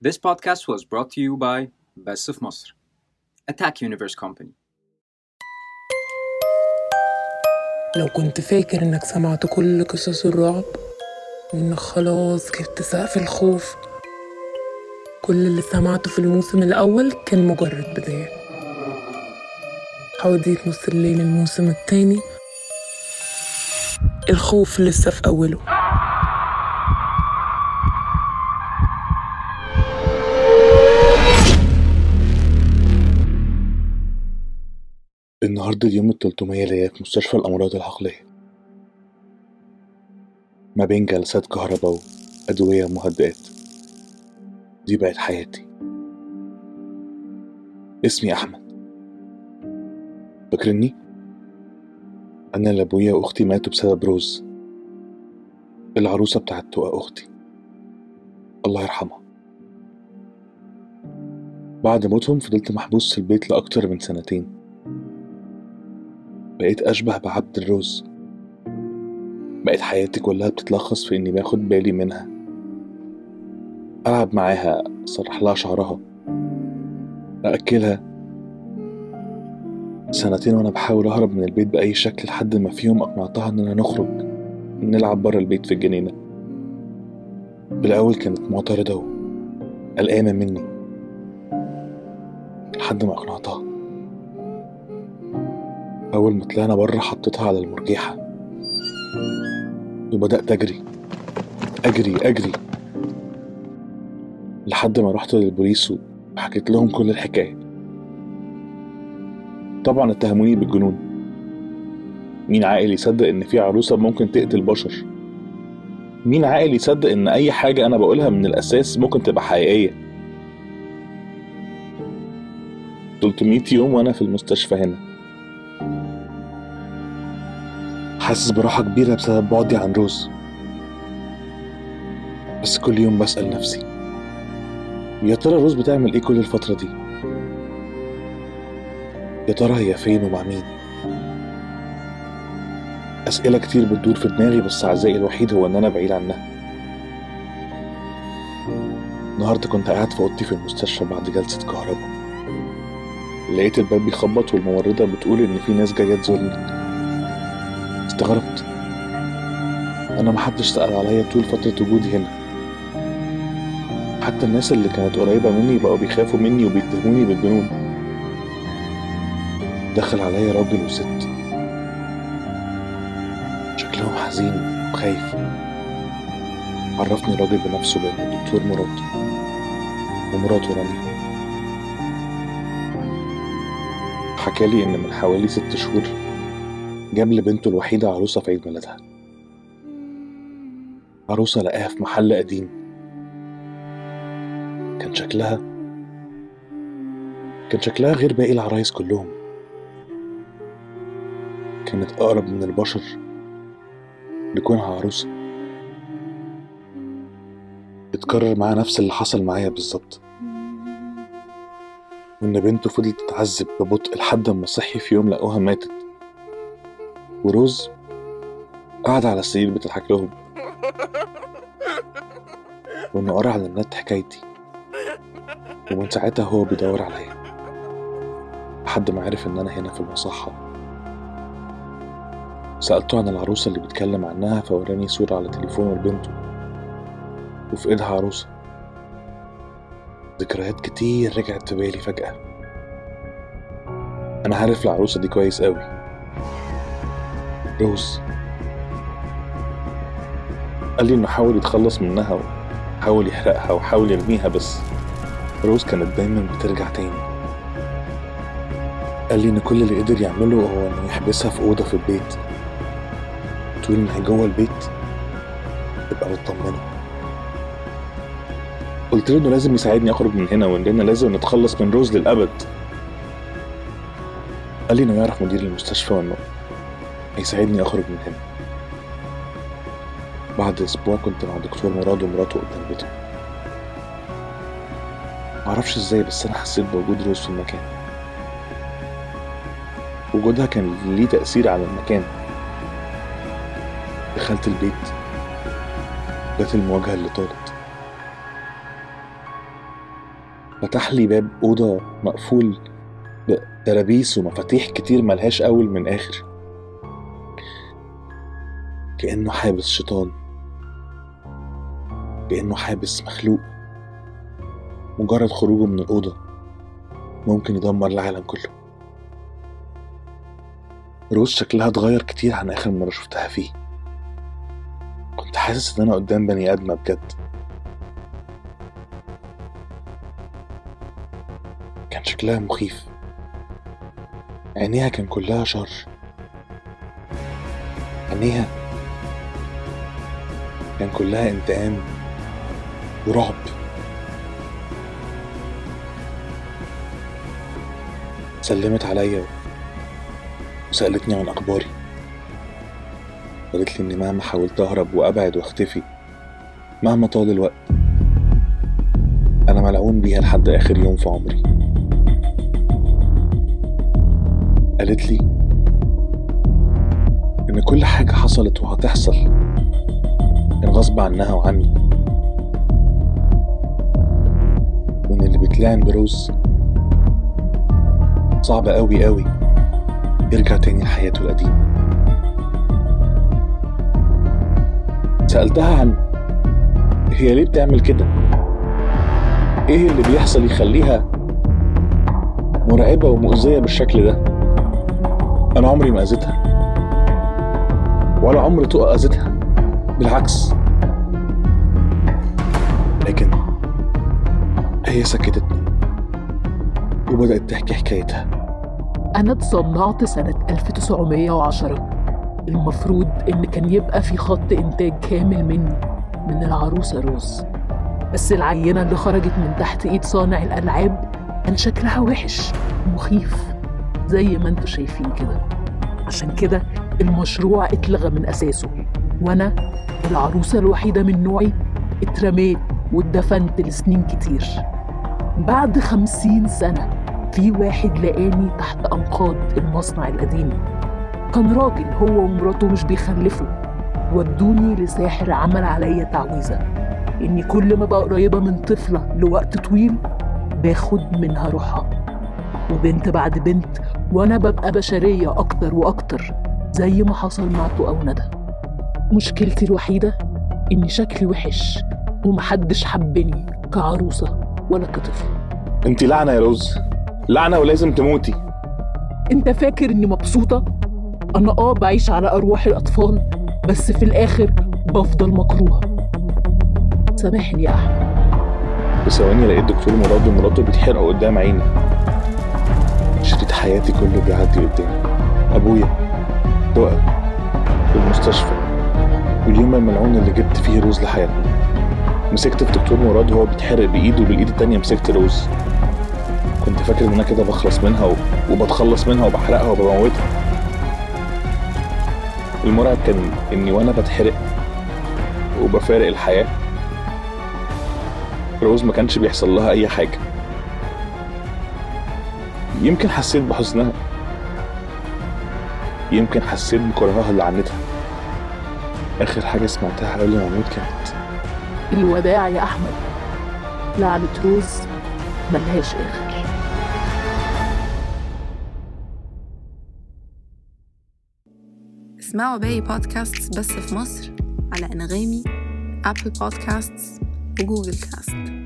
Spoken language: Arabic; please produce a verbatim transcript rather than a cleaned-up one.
This podcast was brought to you by Best of مصر, Attack Universe Company. لو كنت فاكر إنك سمعت كل قصص الرعب وإنك خلاص جبت سقف الخوف، كل اللي سمعته في الموسم الأول كان مجرد بداية. حواديت نص الليل الموسم الثاني، الخوف لسه في أوله. النهاردة اليوم التلتمية ليا في مستشفى الأمراض العقلية، ما بين جلسات كهرباء وأدوية ومهدئات. دي بقت حياتي. اسمي أحمد. فاكرني؟ أنا اللي أبويا وأختي ماتوا بسبب روز، العروسة بتاعت تقى أختي، الله يرحمها. بعد موتهم فضلت محبوس في البيت لأكتر من سنتين. بقيت أشبه بعبد الروز. بقيت حياتي كلها بتتلخص في إني باخد بالي منها، ألعب معاها، أسرح لها شعرها، أأكلها. سنتين وأنا بحاول أهرب من البيت بأي شكل، لحد ما في يوم أقنعتها إننا نخرج نلعب برا البيت في الجنينة. بالأول كانت معترضة وقلقانة مني، لحد ما أقنعتها. أول ما طلعنا برا حطيتها على المرجيحة وبدأت أجري أجري أجري لحد ما رحت للبوليس وحكيت لهم كل الحكاية. طبعا اتهموني بالجنون. مين عاقل يصدق إن في عروسة ممكن تقتل بشر؟ مين عاقل يصدق إن أي حاجة أنا بقولها من الأساس ممكن تبقى حقيقية؟ تلتمية يوم وأنا في المستشفى هنا، حاسس براحة كبيرة بسبب بعدي عن روز. بس كل يوم بسأل نفسي، يا ترى روز بتعمل ايه كل الفترة دي؟ يا ترى هي فين ومع مين؟ أسئلة كتير بتدور في دماغي، بس عزائي الوحيد هو ان انا بعيد عنها. النهاردة كنت قاعد في اوضتي في المستشفى بعد جلسة كهرباء، لقيت الباب بيخبط والممرضة بتقول ان في ناس جاية تزورني. استغربت، انا محدش سأل عليا طول فترة وجودي هنا. حتى الناس اللي كانت قريبة مني بقوا بيخافوا مني وبيتهموني بالجنون. دخل عليا راجل وست، شكلهم حزين وخايف. عرفني الراجل بنفسه بأنه دكتور مراد ومراته رانيا. حكالي إن من حوالي ست شهور جاب لبنته الوحيدة عروسة في عيد ميلادها. عروسة لقاها في محل قديم، كان شكلها كان شكلها غير باقي العرايس كلهم. كانت أقرب من البشر لكونها عروسة. اتكرر معاه نفس اللي حصل معايا بالظبط، وإن بنته فضلت تتعذب ببطء لحد ما صحي في يوم لقوها ماتت، وروز قاعدة على السرير بتضحك لهم، وإنه قرأ على النت حكايتي، ومن ساعتها هو بيدور عليا لحد ما عرف إن أنا هنا في المصحة. سألته عن العروسة اللي بيتكلم عنها، فوراني صورة على تليفونه لبنته وفي إيدها عروسة. ذكريات كتير رجعت في بالي فجأة. أنا عارف العروسة دي كويس قوي، روز. قال لي إنه حاول يتخلص منها وحاول يحرقها وحاول يرميها، بس روز كانت دايما بترجع تاني. قال لي إن كل اللي قدر يعمله هو إنه يحبسها في أوضة في البيت، طول إنها جوه البيت تبقى مطمنة. قلت له إنه لازم يساعدني أخرج من هنا، وإننا لازم نتخلص من روز للأبد. قال لي إنه يعرف مدير المستشفى وإنه هيساعدني أخرج من هنا. بعد أسبوع كنت مع دكتور مراد ومراته قدام بيته. معرفش إزاي، بس أنا حسيت بوجود روز في المكان. وجودها كان ليه تأثير على المكان. دخلت البيت، جت المواجهة اللي طالت. فتح لي باب أوضة مقفول بدرابيس ومفاتيح كتير ملهاش أول من آخر، كأنه حابس شيطان، كأنه حابس مخلوق مجرد خروجه من الأوضة ممكن يدمر العالم كله. روز شكلها اتغير كتير عن آخر مرة شفتها فيه. كنت حاسس إن أنا قدام بني آدمة بجد. كان شكلها مخيف، عينيها كان كلها شر، عينيها كان كلها انتقام ورعب. سلمت عليا وسألتني عن أخباري، قالت لي إني مهما حاولت أهرب وأبعد واختفي مهما طال الوقت أنا ملعون بيها لحد آخر يوم في عمري. قالت لي إن كل حاجة حصلت وهتحصل كان غصب عنها وعني، وإن اللي بيتلعن بروز صعب قوي قوي يرجع تاني لحياته القديمة. سألتها عن هي ليه بتعمل كده، ايه اللي بيحصل يخليها مرعبة ومؤذية بالشكل ده. انا عمري ما اذيتها ولا عمري تقى اذيتها، بالعكس، لكن هي سكتتني وبدأت تحكي حكايتها. أنا اتصنعت سنة ألف وتسعمية وعشرة، المفروض إن كان يبقى في خط إنتاج كامل مني من العروسة روز، بس العينة اللي خرجت من تحت إيد صانع الألعاب كان شكلها وحش مخيف زي ما انتوا شايفين كده. عشان كده المشروع اتلغى من أساسه، وأنا العروسة الوحيدة من نوعي اترميت واتدفنت لسنين كتير. بعد خمسين سنة في واحد لقاني تحت أنقاض المصنع القديم، كان راجل هو ومراته مش بيخلفوا، ودوني لساحر عمل عليا تعويذة إني كل ما بقى قريبة من طفلة لوقت طويل باخد منها روحها، وبنت بعد بنت وأنا ببقى بشرية أكتر وأكتر زي ما حصل مع تو أو ندى. مشكلتي الوحيدة إني شكلي وحش ومحدش حبني كعروسة ولا كطفل. انتي لعنة يا روز، لعنة ولازم تموتي. انت فاكر اني مبسوطة؟ انا اه بعيش على ارواح الاطفال، بس في الاخر بفضل مكروهة. سامحني يا احمد. بثواني لقيت دكتور مراد ومراته بيتحرقوا قدام عيني، شريط حياتي كله بيعدي قدامي، ابويا، دقة، المستشفى، واليوم الملعون اللي جبت فيه روز لحياتنا. مسكت في دكتور مراد وهو بيتحرق بايده وبالايد التانية مسكت روز. كنت فاكر ان انا كده بخلص منها وبتخلص منها وبحرقها وبموتها. المرعب كان اني وانا بتحرق وبفارق الحياة روز ما كانش بيحصل لها اي حاجة. يمكن حسيت بحزنها، يمكن حسيت بكرهها اللي عنتها. اخر حاجة سمعتها قبل ما اموت كانت الوداع يا احمد، لعنة روز ملهاش اخر. اسمعوا باقي بودكاست بس في مصر على أنغامي، أبل بودكاست وجوجل كاست.